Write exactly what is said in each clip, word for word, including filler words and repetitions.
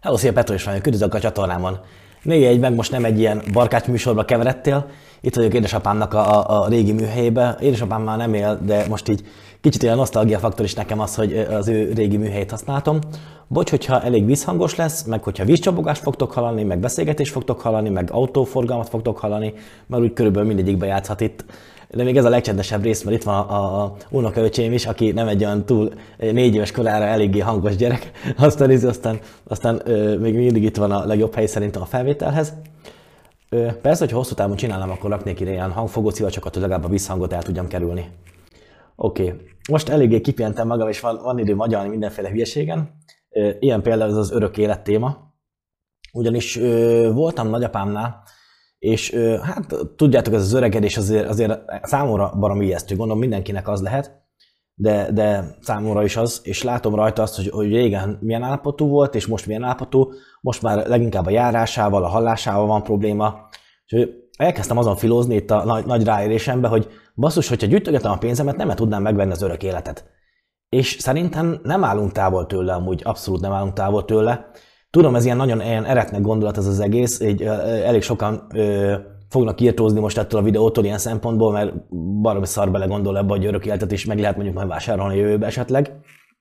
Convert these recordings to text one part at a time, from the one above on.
Hello, szia, Petros vagyok, üdvözlök a csatornámon. Négy egy meg most nem egy ilyen barkács műsorba keveredtél. Itt vagyok édesapámnak a, a, a régi műhelyébe. Édesapám már nem él, de most így kicsit olyan nosztalgia faktor is nekem az, hogy az ő régi műhelyét használtam. Bocs, hogyha elég vízhangos lesz, meg hogyha vízcsabogást fogtok hallani, meg beszélgetést fogtok hallani, meg autóforgalmat fogtok hallani, mert úgy körülbelül mindegyikbe játszhat itt. De még ez a legcsendesebb rész, mert itt van a, a, a unokaöcsém is, aki nem egy olyan túl négy éves korára eléggé hangos gyerek. Aztán, aztán, aztán ö, még mindig itt van a legjobb hely szerintem a felvételhez. Ö, persze, hogyha hosszú távon csinálom, akkor raknék ide ilyen hangfogó szivacsokat, hogy legalább a visszhangot el tudjam kerülni. Oké, okay. Most eléggé kipihentem magam, és van, van idő magyarni mindenféle hülyeségen. Ö, ilyen például ez az örök élet téma. Ugyanis ö, voltam nagyapámnál, és hát tudjátok, ez az öregedés azért, azért számomra baromi ijesztő, gondolom mindenkinek az lehet, de, de számomra is az, és látom rajta azt, hogy, hogy régen milyen állapotú volt, és most milyen állapotú, most már leginkább a járásával, a hallásával van probléma. És elkezdtem azon filózni itt a nagy, nagy ráérésembe, hogy basszus, hogyha gyűjtögetem a pénzemet, nem tudnám megvenni az örök életet. És szerintem nem állunk távol tőle, amúgy abszolút nem állunk távol tőle. Tudom, ez ilyen nagyon ilyen eretnek gondolat ez az egész, így elég sokan ö, fognak írtózni most ettől a videótól ilyen szempontból, mert baromi szar bele gondol ebbe, hogy örök életet is meg lehet mondjuk majd vásárolni jövőbe esetleg.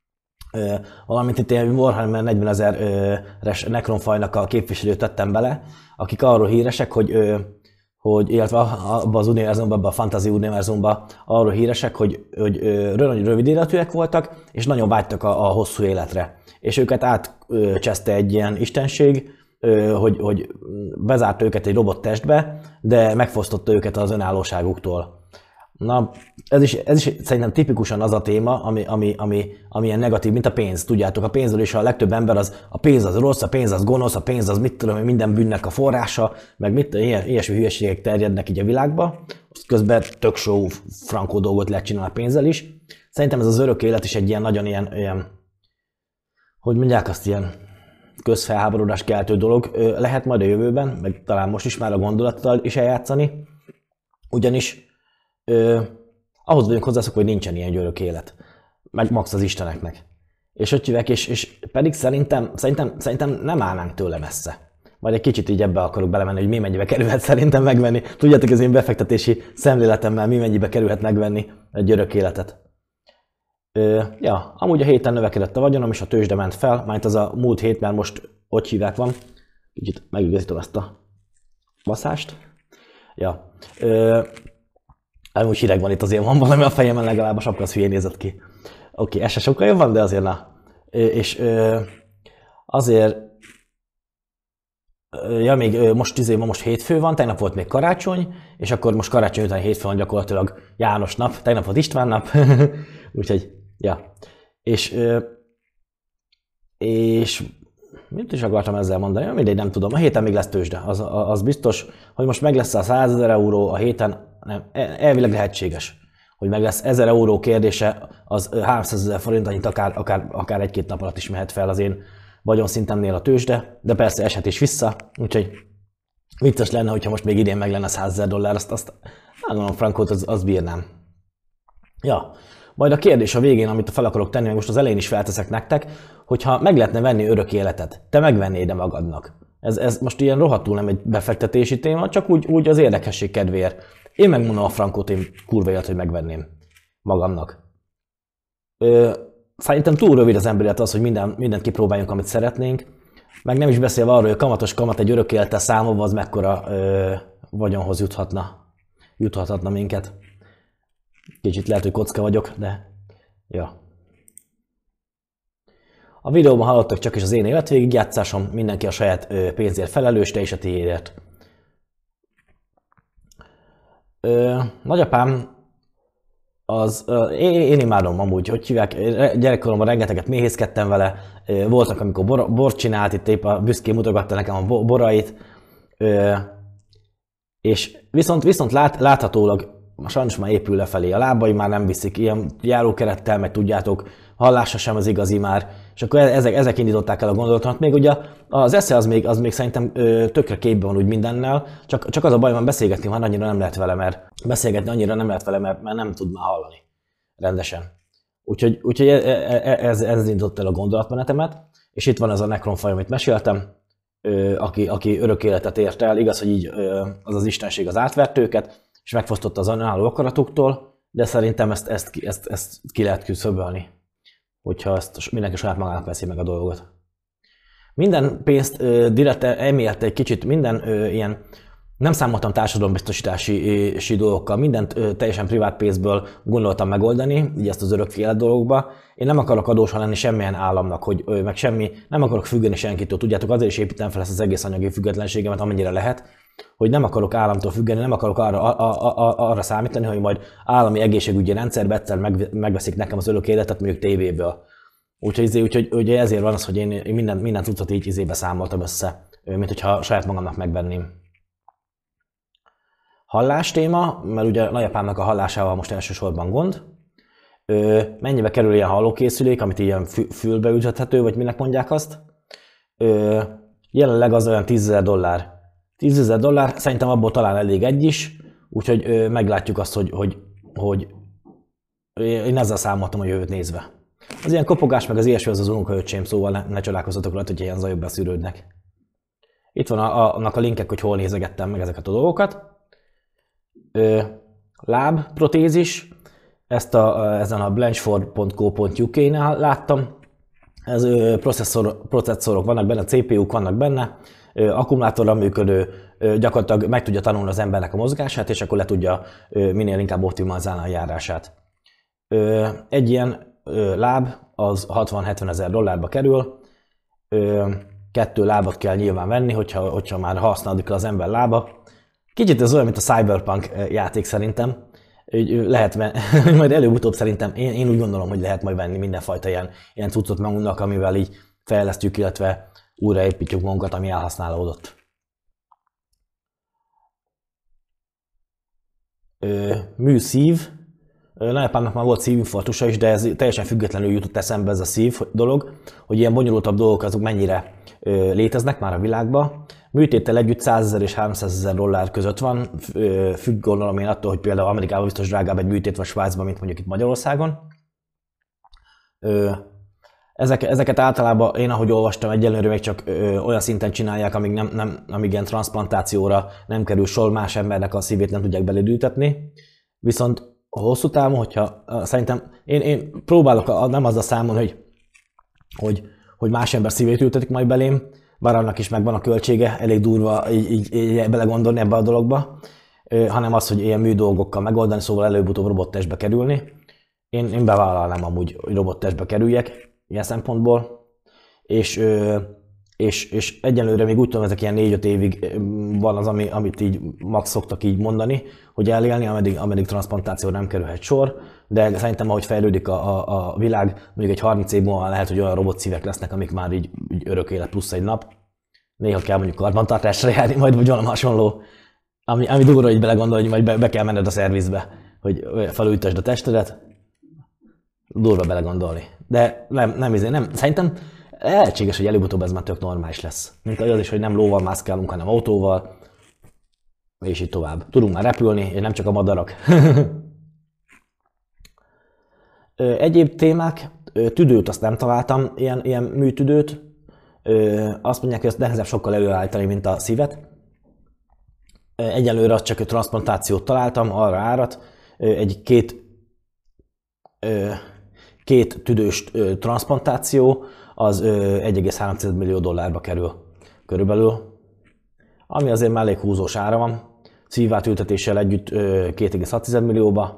Ö, valamint itt ilyen Warhammer negyvenezeres nekronfajnak a képviselőt tettem bele, akik arról híresek, hogy, ö, hogy illetve abban az univerzumban, abban a fantasy univerzumban arról híresek, hogy, hogy nagyon rövid életűek voltak, és nagyon vágytak a, a hosszú életre. És őket átcseszte egy ilyen istenség, hogy, hogy bezárta őket egy robot testbe, de megfosztotta őket az önállóságuktól. Na, ez is, ez is szerintem tipikusan az a téma, ami, ami, ami, ami ilyen negatív, mint a pénz. Tudjátok, a pénzről is a legtöbb ember az, a pénz az rossz, a pénz az gonosz, a pénz az mit tudom, minden bűnnek a forrása, meg mit, ilyen, ilyesmi hülyeségek terjednek így a világba. Közben tök show frankó dolgot lehet csinálni a pénzzel is. Szerintem ez az örök élet is egy ilyen nagyon ilyen, ilyen hogy mondják azt, ilyen közfelháborodás keltő dolog lehet majd a jövőben, meg talán most is már a gondolattal is eljátszani. Ugyanis Ö, ahhoz vagyunk hozzászokva, hogy nincsen ilyen örök élet. Meg max az isteneknek. És ötjüvek, és, és pedig szerintem, szerintem, szerintem nem állnánk tőle messze. Majd egy kicsit így ebbe akarok belemenni, hogy mi mennyibe kerülhet szerintem megvenni. Tudjátok, az én befektetési szemléletemmel mi mennyibe kerülhet megvenni egy örök életet. Ö, ja, amúgy a héten növekedett a vagyonom, és a tőzsde ment fel, majd az a múlt hét, mert most ott hívják van. Kicsit megigazítom ezt a baszást. Ja. Ö, Amúgy hideg van itt, azért van valami a fejemben, legalább a sapka az hülyén nézett ki. Oké, okay, ez se sokkal jobb van, de azért na. És ö, azért, ja még most izé, ma most hétfő van, tegnap volt még karácsony, és akkor most karácsony után hétfő van gyakorlatilag János nap, tegnap volt István nap, úgyhogy, ja. És, ö, és mit is akartam ezzel mondani? Mindegy, nem tudom. A héten még lesz tőzsde. Az, az biztos, hogy most meg lesz a százezer euró a héten, nem, elvileg lehetséges, hogy meg lesz ezer euró kérdése, az háromszázezer forint, annyit akár, akár, akár egy-két nap alatt is mehet fel az én vagyonszintemnél a tőzsde, de persze eshet is vissza, úgyhogy vicces lenne, hogyha most még idén meg lenne százezer dollár, azt, azt nem tudom, frankót, az, az bírnám. Ja. Majd a kérdés a végén, amit fel akarok tenni, meg most az elején is felteszek nektek, hogyha meg lehetne venni örök életet, te megvennéd-e magadnak? Ez, ez most ilyen rohadtul nem egy befektetési téma, csak úgy, úgy az érdekesség kedvéért. Én megmondom a frankót, én kurva élet, hogy megvenném magamnak. Ö, szerintem túl rövid az ember élet az, hogy minden, mindent kipróbáljunk, amit szeretnénk. Meg nem is beszélve arról, hogy a kamatos kamat egy örök élettel számolva, az mekkora ö, vagyonhoz juthatna, juthatna minket. Kicsit lehet, hogy kocka vagyok, de ja. A videóban hallottak csak is az én életvégigjátszásom, mindenki a saját ö, pénzért felelős, te is a tiédért. Ö, nagyapám, az, ö, én, én imádom amúgy, hogy hívják, gyerekkoromban rengeteget méhészkedtem vele, ö, voltak, amikor bor, bort csinált, itt épp a büszkén mutogatta nekem a borait, ö, és viszont, viszont lát, láthatólag sajnos már épül lefelé, a lábai már nem viszik, ilyen járókerettel, meg tudjátok, hallása sem az igazi már, és akkor ezek, ezek indították el a gondolatot. Még ugye az esze az még, az még szerintem ö, tökre képben van úgy mindennel, csak, csak az a baj, hogy beszélgetni már annyira nem lehet vele, mert beszélgetni annyira nem lehet vele, mert, mert nem tud már hallani rendesen. Úgyhogy, úgyhogy ez, ez indított el a gondolatmenetemet, És itt van ez a Necron faj, amit meséltem, aki, aki örök életet ért el. Igaz, hogy így az az istenség az átvert őket, és megfosztotta az önálló akaratuktól, de szerintem ezt, ezt, ezt, ezt ki lehet küszöbölni, hogyha ezt mindenki saját magának veszi meg a dolgot. Minden pénzt direkt emiatt egy kicsit, minden ilyen, nem számoltam társadalombiztosítási dolgokkal, mindent teljesen privát pénzből gondoltam megoldani, így ezt az örök élet dolgokba. Én nem akarok adósa lenni semmilyen államnak, hogy meg semmi, nem akarok függeni senkitől. Tudjátok, azért is építem fel ezt az egész anyagi függetlenségemet, amennyire lehet, hogy nem akarok államtól függeni, nem akarok arra, a, a, a, arra számítani, hogy majd állami egészségügyi rendszerbe egyszer meg, megveszik nekem az örök életet mondjuk tévéből. Úgyhogy, úgyhogy, úgyhogy ezért van az, hogy én minden, minden cuccot így izébe számoltam össze, mint hogyha saját magamnak megvenném. Hallás téma, mert ugye nagyapámnak a hallásával most elsősorban gond. Ö, mennyibe kerül ilyen hallókészülék, amit ilyen fülbe ültethető, vagy minek mondják azt? Ö, jelenleg az olyan tízezer dollár. tízezer dollár, szerintem abból talán elég egy is, úgyhogy ö, meglátjuk azt, hogy, hogy, hogy én ezzel számoltam a jövőt nézve. Az ilyen kopogás, meg az ilyesmi az az unokaöcsém, szóval ne, ne csodálkozzatok rá, hogy ilyen zajok beszűrődnek. Itt van a, a, annak a linkek, hogy hol nézegettem meg ezeket a dolgokat. Ö, lábprotézis, ezt a, ezen a blanchford pont co pont uk-nál láttam. Ez ö, processzor, processzorok vannak benne, cé pé uk vannak benne, ö, akkumulátorral működő, ö, gyakorlatilag meg tudja tanulni az embernek a mozgását, és akkor le tudja ö, minél inkább optimalizálni a járását. Ö, egy ilyen ö, láb az hatvan-hetven ezer dollárba kerül. Ö, kettő lábat kell nyilván venni, hogyha, hogyha már használódik az ember lába. Kicsit ez olyan, mint a Cyberpunk játék szerintem. Lehet, majd előbb-utóbb szerintem, én, én úgy gondolom, hogy lehet majd venni mindenfajta ilyen, ilyen cuccot magunknak, amivel így fejlesztjük, illetve újraépítjük magunkat, ami elhasználódott. Műszív. Nagyapámnak már volt szívinfarktusa is, de ez teljesen függetlenül jutott eszembe ez a szív dolog, hogy ilyen bonyolultabb dolgok azok mennyire léteznek már a világban. Műtéttel együtt százezer és háromszázezer dollár között van, függ gondolom én attól, hogy például Amerikában biztos drágább egy műtét vagy Svájcban, mint mondjuk itt Magyarországon. Ezek, ezeket általában én, ahogy olvastam, egyelőre még csak olyan szinten csinálják, amíg, nem, nem, amíg ilyen transplantációra nem kerül sor, más embernek a szívét nem tudják beledültetni. Viszont hosszú távon, hogyha szerintem én, én próbálok nem azzal számolni, hogy, hogy, hogy más ember szívét ültetik majd belém, bár annak is megvan a költsége, elég durva így, így, így belegondolni ebbe a dologba, hanem az, hogy ilyen mű dolgokkal megoldani, szóval előbb-utóbb robottestbe kerülni. Én, én bevállalnám amúgy, hogy robottestbe kerüljek ilyen szempontból, és, és, és egyelőre még úgy tudom, ezek ilyen négy-öt évig van az, ami, amit így max szoktak így mondani, hogy elélni, ameddig, ameddig transplantációra nem kerülhet sor, de szerintem ahogy fejlődik a, a, a világ, mondjuk egy harminc év múlva lehet, hogy olyan robotszívek lesznek, amik már így, így örök élet plusz egy nap. Néha kell mondjuk karbantartásra járni, majd vagy valami hasonló, ami, ami durva, hogy belegondol, hogy majd be, be kell menned a szervizbe, hogy felújítasd a testedet. Durva belegondolni. De nem, nem, nem, nem. Szerintem lehetséges, hogy előbb-utóbb ez már tök normális lesz. Mint az is, hogy nem lóval mászkálunk, hanem autóval, és így tovább. Tudunk már repülni, és nem csak a madarak. Egyéb témák, tüdőt azt nem találtam, ilyen, ilyen műtüdőt. Azt mondják, hogy ezt nehezebb sokkal előállítani, mint a szívet. Egyelőre azt csak a transplantációt találtam, arra árat. Egy két, két tüdős transplantáció az egy egész három millió dollárba kerül körülbelül. Ami azért már elég húzós ára van. Szívátültetéssel együtt két egész hat millióba.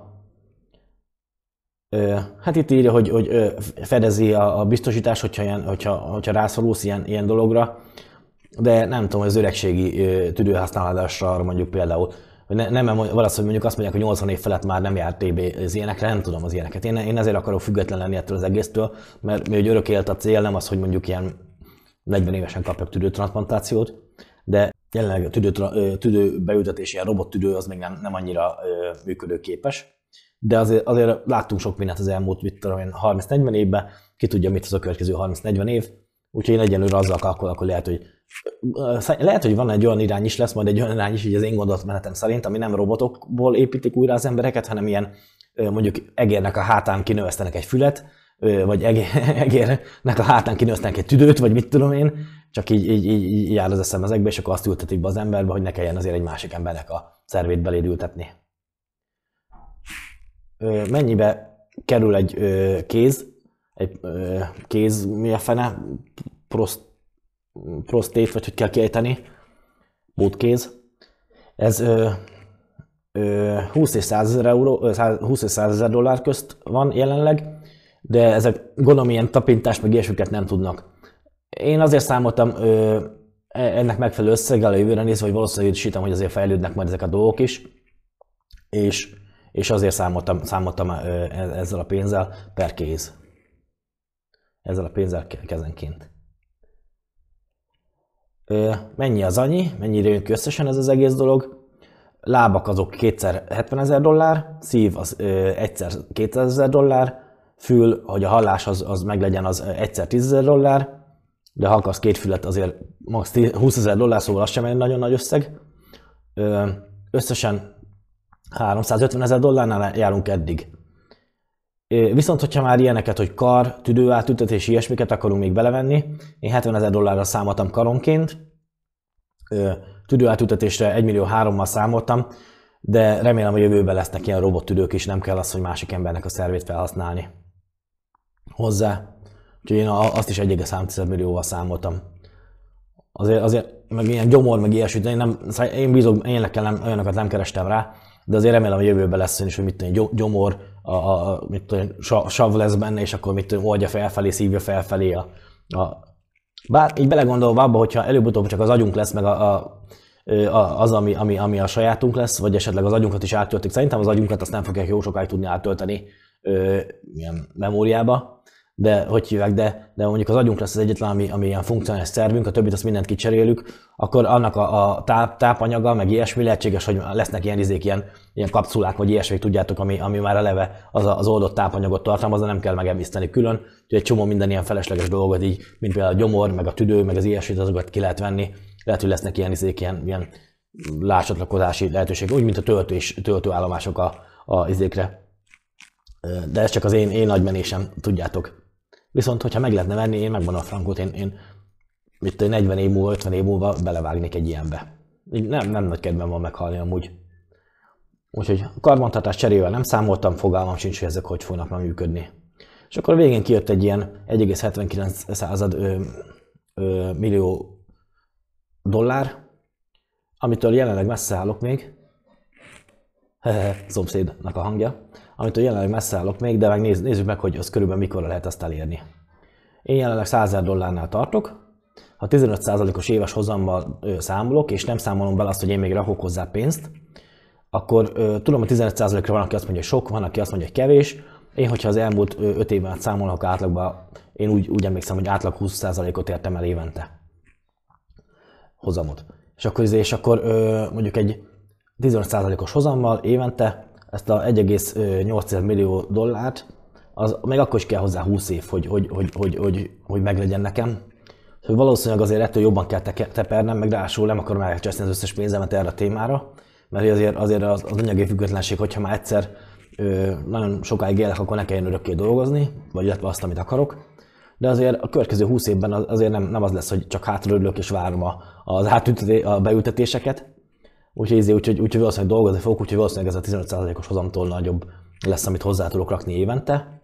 Hát itt írja, hogy, hogy fedezi a, a biztosítás, hogyha, ilyen, hogyha, hogyha rászorulsz ilyen, ilyen dologra, de nem tudom, hogy az öregségi tüdőhasználásra mondjuk például, hogy ne, nem valahogy mondjuk azt mondják, hogy nyolcvan év felett már nem jár té bé az ilyenekre, nem tudom az ilyeneket. Én, én ezért akarok független lenni ettől az egésztől, mert mi, hogy örök élet a cél, nem az, hogy mondjuk ilyen negyven évesen kapjak tüdőtransplantációt, de jelenleg a tüdő, tüdőbeültetés, ilyen robottüdő az még nem, nem annyira működőképes. De azért, azért láttunk sok mindent az elmúlt, mit tudom én, harminc-negyven évben, ki tudja, mit az a következő harminc-negyven év, úgyhogy én egyenlőre azzal kalkulok, hogy lehet, hogy lehet, hogy van egy olyan irány is, lesz majd egy olyan irány is, így az én gondolatmenetem szerint, ami nem robotokból építik újra az embereket, hanem ilyen mondjuk egérnek a hátán kinövesztenek egy fület, vagy egérnek a hátán kinőznek egy tüdőt, vagy mit tudom én, csak így, így, így, így jár az eszem ezekbe, és akkor azt ültetik be az emberbe, hogy ne kelljen azért egy másik embernek a szervét beléd ültetni. Mennyibe kerül egy kéz, egy kéz, mi a fene, Prost, prostét, vagy hogy kell kiejteni, bótkéz. Ez ö, ö, húsz és százezer euró, húsz és százezer dollár közt van jelenleg, de ezek gondolom ilyen tapintást meg ilyesmiket nem tudnak. Én azért számoltam ö, ennek megfelelő összeggel a jövőre nézve, hogy valószínűsítem, hogy azért fejlődnek majd ezek a dolgok is, és, és azért számoltam, számoltam ö, ezzel a pénzzel per kéz. Ezzel a pénzzel kezenként. Ö, mennyi az annyi? Mennyire jön ki összesen ez az egész dolog? Lábak azok kétszer hetvenezer dollár, szív az ö, egyszer kétezer dollár, fül, hogy a hallás az, az meglegyen, az egyszer tízezer dollár, de ha akarsz két fület, azért max. húszezer dollár, szóval az sem egy nagyon nagy összeg. Ö, összesen háromszázötvenezer dollárnál járunk eddig. Viszont, hogyha már ilyeneket, hogy kar, tüdőátültetés, ilyesmiket akarunk még belevenni, én hetvenezer dollárra számoltam karonként, tüdőátültetésre egymillió hárommal számoltam, de remélem, hogy jövőben lesznek ilyen robottüdők is, nem kell az, hogy másik embernek a szervét felhasználni hozzá. Úgyhogy én azt is egy egész három millióval számoltam. Azért, azért meg ilyen gyomor, meg ilyesmit, én, nem, én bízok, én nem, olyanokat nem kerestem rá, de azért remélem, hogy jövőben lesz is, hogy mit tudom, gyomor, a, a, mit tudom, sav lesz benne, és akkor mit tudom, oldja felfelé, szívja felfelé. A, a... Bár így belegondolva abba, hogyha előbb-utóbb csak az agyunk lesz, meg a, a, a, az, ami, ami, ami a sajátunk lesz, vagy esetleg az agyunkat is áttöltik. Szerintem az agyunkat azt nem fogják jó sokáig tudni áttölteni ö, ilyen memóriába. De hogy hívják, de, de mondjuk az agyunk lesz az egyetlen, ami, ami ilyen funkcionális szervünk, a többit azt mindent kicserélük, akkor annak a, a táp, tápanyaga, meg ilyesmi lehetséges, hogy lesznek ilyen izék, ilyen, ilyen kapszulák, vagy ilyesmi, tudjátok, ami, ami már eleve az, az oldott tápanyagot tartalmazza, nem kell megemészteni külön, úgyhogy egy csomó minden ilyen felesleges dolgot így, mint például a gyomor, meg a tüdő, meg az ilyesmit, azokat ki lehet venni. Lehet, hogy lesznek ilyen izék, ilyen, ilyen látsatlakozási lehetőség, úgy, mint a töltő és töltőállomások a, a izékre. De ez csak az én, én nagymenésem, tudjátok. Viszont, hogyha meg lehetne venni, én megmondom a frankot, én, én mit negyven év múlva, ötven év múlva belevágnék egy ilyenbe. Így nem, nem nagy kedvem van meghalni amúgy. Úgyhogy karbantartás cserével nem számoltam, fogalmam sincs, hogy ezek hogy fognak már működni. És akkor a végén kijött egy ilyen egy egész hetvenkilenc század ö, ö, millió dollár, amitől jelenleg messze állok még. Szomszédnak a hangja. Amitől jelenleg messze állok még, de meg néz, nézzük meg, hogy az körülbelül mikorra lehet ezt elérni. Én jelenleg százezer dollárnál tartok. Ha tizenöt százalékos éves hozammal ö, számolok, és nem számolom bele azt, hogy én még rakok hozzá pénzt, akkor ö, tudom, hogy tizenöt százalékra van, aki azt mondja, hogy sok, van, aki azt mondja, hogy kevés. Én, hogyha az elmúlt öt évben számolok átlagban, én úgy, úgy emlékszem, hogy átlag húsz százalékot értem el évente hozamot. És akkor, és akkor ö, mondjuk egy tizenöt százalékos hozammal évente ezt a egy egész nyolc millió dollárt, az még akkor is kell hozzá húsz év, hogy, hogy, hogy, hogy, hogy, hogy meglegyen nekem. Szóval valószínűleg azért ettől jobban kell tepernem, meg ráadásul nem akarom elcseszni az összes pénzemet erre a témára, mert azért, azért az, az anyagi függetlenség, hogyha már egyszer ö, nagyon sokáig élek, akkor ne kelljen örökké dolgozni, vagy illetve azt, amit akarok. De azért a következő húsz évben azért nem, nem az lesz, hogy csak hátraülök és várom a, az átülteté, a beültetéseket. Úgyhogy, úgyhogy, úgyhogy valószínűleg dolgozni fogok, úgyhogy valószínűleg ez a tizenöt százalékos hozamtól nagyobb lesz, amit hozzá tudok rakni évente.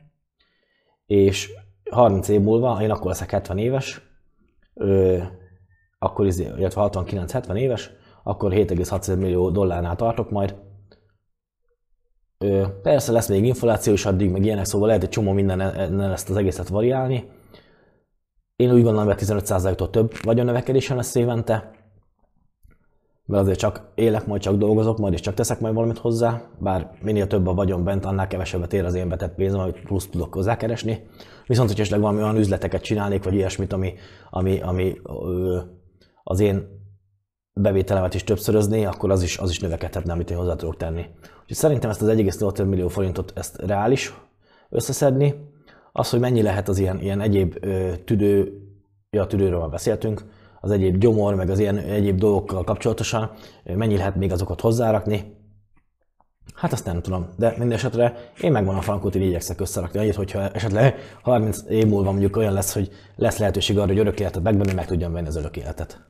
És harminc év múlva, én akkor leszek hetven éves, ö, akkor, illetve hatvankilenc-hetven éves, akkor hét egész hat millió dollárnál tartok majd. Ö, persze lesz még infláció is addig, meg ilyenek, szóval lehet egy csomó minden ezt az egészet variálni. Én úgy gondolom, hogy tizenöt százaléktól több vagyonnövekedésen lesz évente, mert azért csak élek, majd csak dolgozok, majd és csak teszek majd valamit hozzá, bár minél több a vagyon bent, annál kevesebbet ér az én betett pénzem, amit plusz tudok hozzákeresni. Viszont, hogy esetleg valami olyan üzleteket csinálnék, vagy ilyesmit, ami, ami, ami ö, az én bevételemet is többszörözné, akkor az is, az is növekedhetne, amit én hozzá tudok tenni. Úgyhogy szerintem ezt az egy egész nyolc millió forintot ezt reális összeszedni. Az, hogy mennyi lehet az ilyen, ilyen egyéb ö, tüdő, ja, tüdőről már beszéltünk, az egyéb gyomor, meg az ilyen egyéb dolgokkal kapcsolatosan, mennyi lehet még azokat hozzárakni. Hát azt nem tudom, de minden esetre én megvan a frankót, így igyekszek összerakni annyit, hogyha esetleg harminc év múlva mondjuk olyan lesz, hogy lesz lehetőség arra, hogy örök életet megvenni, meg tudjam venni az örök életet.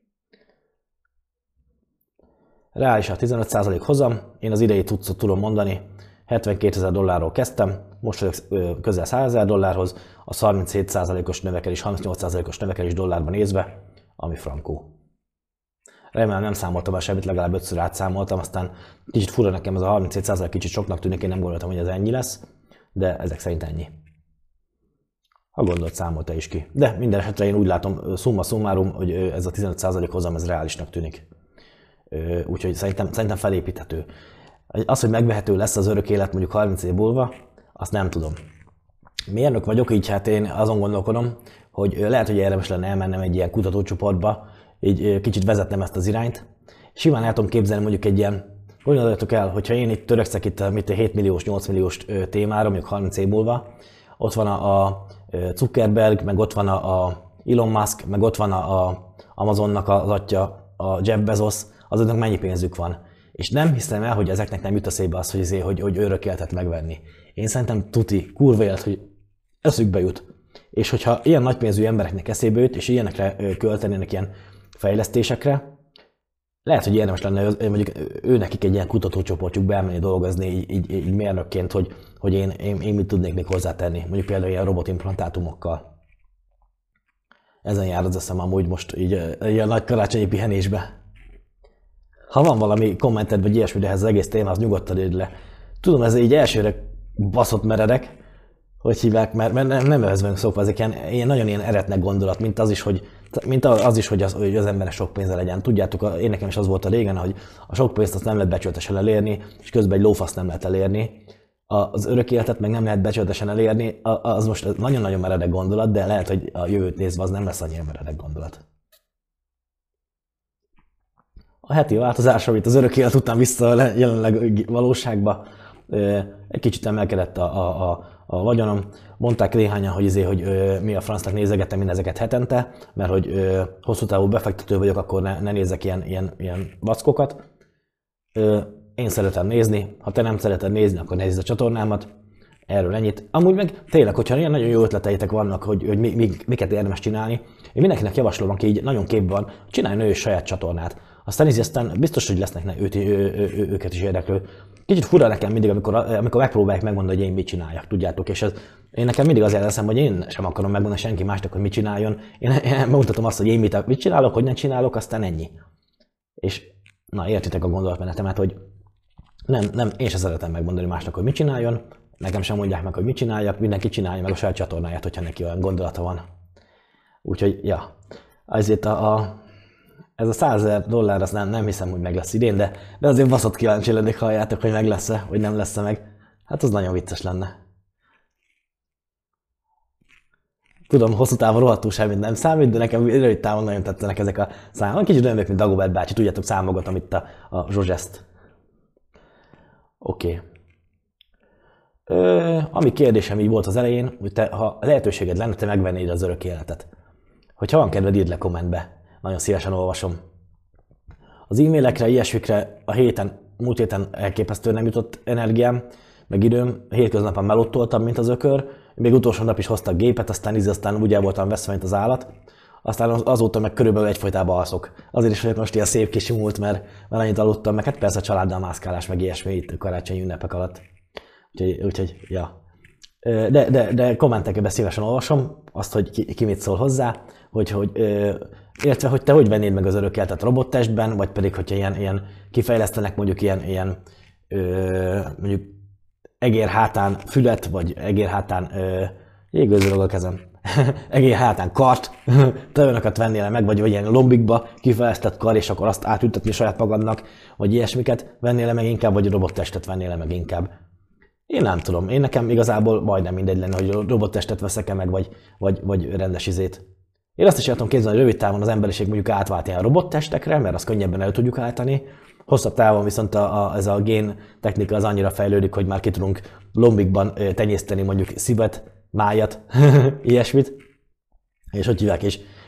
Reális a tizenöt százalék hozam, én az idei tudszot tudom mondani, hetvenkétezer dollárról kezdtem, most vagyok közel százezer dollárhoz, az harminchét százalékos növekedés, harmincnyolc százalékos növekedés dollárban nézve, ami frankó. Remélem nem számoltam el semmit, legalább ötször átszámoltam, aztán kicsit fura nekem ez a harminchét százalék kicsit soknak tűnik, én nem gondoltam, hogy ez ennyi lesz, de ezek szerint ennyi. Ha gondolt, számolta is ki. De minden esetre én úgy látom, summa summarum, hogy ez a tizenöt százalék hozam, ez reálisnak tűnik. Úgyhogy szerintem, szerintem felépíthető. Az, hogy megvehető lesz az örök élet mondjuk harminc év múlva, azt nem tudom. Mérnök vagyok, így hát én azon gondolkodom, hogy lehet, hogy érdemes lenne elmennem egy ilyen kutatócsoportba, így kicsit vezetnem ezt az irányt. Simán el tudom képzelni mondjuk egy ilyen, hogy gondoljatok el, hogyha én itt törekszek itt a hét milliós, nyolc milliós témára, mondjuk harminc év múlva, ott van a, a Zuckerberg, meg ott van a, a Elon Musk, meg ott van a, a Amazonnak az atya, a Jeff Bezos, azoknak mennyi pénzük van. És nem hiszem el, hogy ezeknek nem jut eszébe az, hogy, azért, hogy, hogy örök életet megvenni. Én szerintem tuti, kurva élet, hogy eszükbe jut. És hogyha ilyen nagypénzű embereknek eszébe jut, és ilyenekre költenének ilyen fejlesztésekre, lehet, hogy érdemes lenne mondjuk ő nekik egy ilyen kutatócsoportjuk bemenni dolgozni így, így, így mérnökként, hogy, hogy én, én, én mit tudnék még hozzátenni. Mondjuk például ilyen robotimplantátumokkal. Ezen jár az eszem amúgy most így ilyen nagy karácsonyi pihenésbe. Ha van valami kommented vagy ilyesmi ehhez az egész témához, nyugodtan írd le. Tudom, ez így elsőre baszott meredek, hogy hívják, mert, mert nem, nem ehhez vagyunk szokva, ezek ilyen, ilyen nagyon ilyen eretnek gondolat, mint az is, hogy, mint az, is, hogy az, hogy az embernek sok pénze legyen. Tudjátok, én nekem is az volt a régen, hogy a sok pénzt azt nem lehet becsületesen elérni, és közben egy lófasz nem lehet elérni. Az örök életet meg nem lehet becsületesen elérni, az most nagyon-nagyon meredek gondolat, de lehet, hogy a jövőt nézve az nem lesz annyira meredek gondolat. A heti változás, amit az örök élet után vissza jelenleg valóságba, egy kicsit emelkedett a, a, a, a vagyonom. Mondták néhányan, hogy, izé, hogy mi a francnak nézegettem mindezeket hetente, mert hogy hosszú távú befektető vagyok, akkor ne, ne nézzek ilyen, ilyen, ilyen vackokat. Én szeretem nézni, ha te nem szereted nézni, akkor nézd a csatornámat. Erről ennyit. Amúgy meg tényleg, hogyha ilyen nagyon jó ötleteitek vannak, hogy, hogy mi, mi, miket érdemes csinálni, én mindenkinek javaslom, aki így nagyon képben van, csináljon ő is saját csatornát. Aztán nézi, aztán biztos, hogy lesznek őt, ő, ő, ő, őket is érdeklő. Kicsit fura nekem mindig, amikor, amikor megpróbálják megmondani, hogy én mit csináljak, tudjátok. És ez, én nekem mindig az eszem, hogy én sem akarom megmondani senki másnak, hogy mit csináljon. Én, én megmutatom azt, hogy én mit, mit csinálok, hogy nem csinálok, aztán ennyi. És na, értitek a gondolatmenetemet, hogy nem, nem, én sem szeretem megmondani másnak, hogy mit csináljon. Nekem sem mondják meg, hogy mit csináljak, mindenki csinálja meg a saját csatornáját, hogyha neki olyan gondolata van. Úgyhogy, ja, azért a, a, ez a százezer dollár, azt nem, nem hiszem, hogy meg lesz idén, de, de azért baszott kíváncsi lennék, halljátok, hogy meg lesz-e, vagy nem lesz-e meg. Hát az nagyon vicces lenne. Tudom, hosszú távon rohadtul semmit nem számít, de nekem rövid távon nagyon tetszenek ezek a számok. Kicsit olyan, mint Dagobert bácsi, tudjátok, számogatom itt a, a Zsozseszt. Oké. Okay. Ö, ami kérdésem így volt az elején, hogy te, ha lehetőséged lenne, te megvennéd az örök életet. Hogyha van kedved, írd le kommentbe. Nagyon szívesen olvasom. Az e-mailekre, ilyesmikre a héten, múlt héten elképesztően nem jutott energiám, meg időm. A hétköznapon melottoltam, mint az ökör. Még utolsó nap is hoztak gépet, aztán íz, aztán úgy el voltam veszve, mint az állat. Aztán azóta meg körülbelül egyfolytában alszok. Azért is vagyok most ilyen szép kisimult, mert, mert annyit aludtam, meg hát persze a családdal mászkálás, meg ilyesmi itt karácsonyi ünnepek alatt. Úgyhogy, úgyhogy ja. De, de, de kommentekbe szívesen olvasom azt, hogy ki, ki mit szól hozzá, hogy, hogy, illetve, hogy te hogy vennéd meg az örök életet robottestben, vagy pedig, hogyha ilyen, ilyen kifejlesztenek mondjuk ilyen, ilyen mondjuk egér hátán fület, vagy egér hátán, jégőzőrög a kezem, egér hátán kart, te olyanokat vennél meg, vagy, vagy ilyen lombikba kifejlesztett kar, és akkor azt átültetni saját magadnak, vagy ilyesmiket vennél meg inkább, vagy robottestet vennél meg inkább. Én nem tudom. Én nekem igazából majdnem mindegy lenne, hogy robottestet veszek-e meg, vagy, vagy, vagy rendes izét. Én azt is el tudom képzelni, hogy rövid távon az emberiség mondjuk átvált ilyen robottestekre, mert azt könnyebben el tudjuk állítani. Hosszabb távon viszont a, a, ez a gén technika az annyira fejlődik, hogy már ki tudunk lombikban tenyészteni mondjuk szívet, májat, ilyesmit. És hogy hívják is.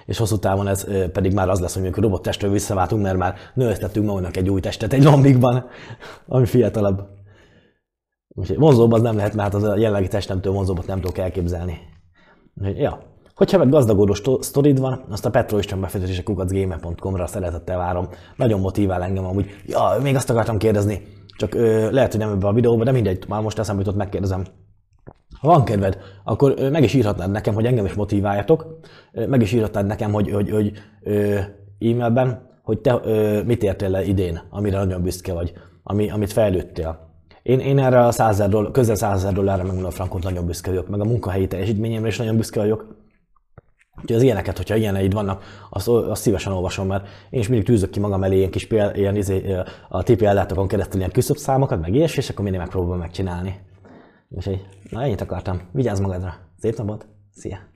és hosszú távon ez pedig már az lesz, hogy amikor robottestről visszaváltunk, mert már nőztettünk magunknak egy új testet egy lombikban, ami fiatalabb. Úgyhogy vonzóbb az nem lehet, mert az a jelenlegi testemtől vonzóbbat nem tudok elképzelni. Úgyhogy, ja. Hogyha meg gazdagodó sztorid van, azt a Petro István befektetése kukac gmail pont com-ra szeretettel várom. Nagyon motivál engem amúgy. Ja, még azt akartam kérdezni, csak ö, lehet, hogy nem ebben a videóban, de mindegy, már most eszembe jutott, megkérdezem. Ha van kedved, akkor ö, meg is írhatnád nekem, hogy engem is motiváljatok. Ö, meg is írhatnád nekem, hogy, hogy, hogy ö, e-mailben, hogy te ö, mit értél le idén, amire nagyon büszke vagy, ami, amit fejlődtél. Én, én erre a százezer dollár, közel százezer dollárra meg a frankot nagyon büszke vagyok, meg a munkahelyi teljesítményemre is nagyon büszke vagyok. Úgyhogy az ilyeneket, hogyha ilyeneid vannak, azt, azt szívesen olvasom, mert én is mindig tűzök ki magam elé ilyen kis péld, ilyen izé, a té pé ellátokon keresztül ilyen küszöbszámokat, meg ilyesmi, és akkor mindig megpróbálom megcsinálni. Úgyhogy, na ennyit akartam. Vigyázz magadra. Szép napot. Szia!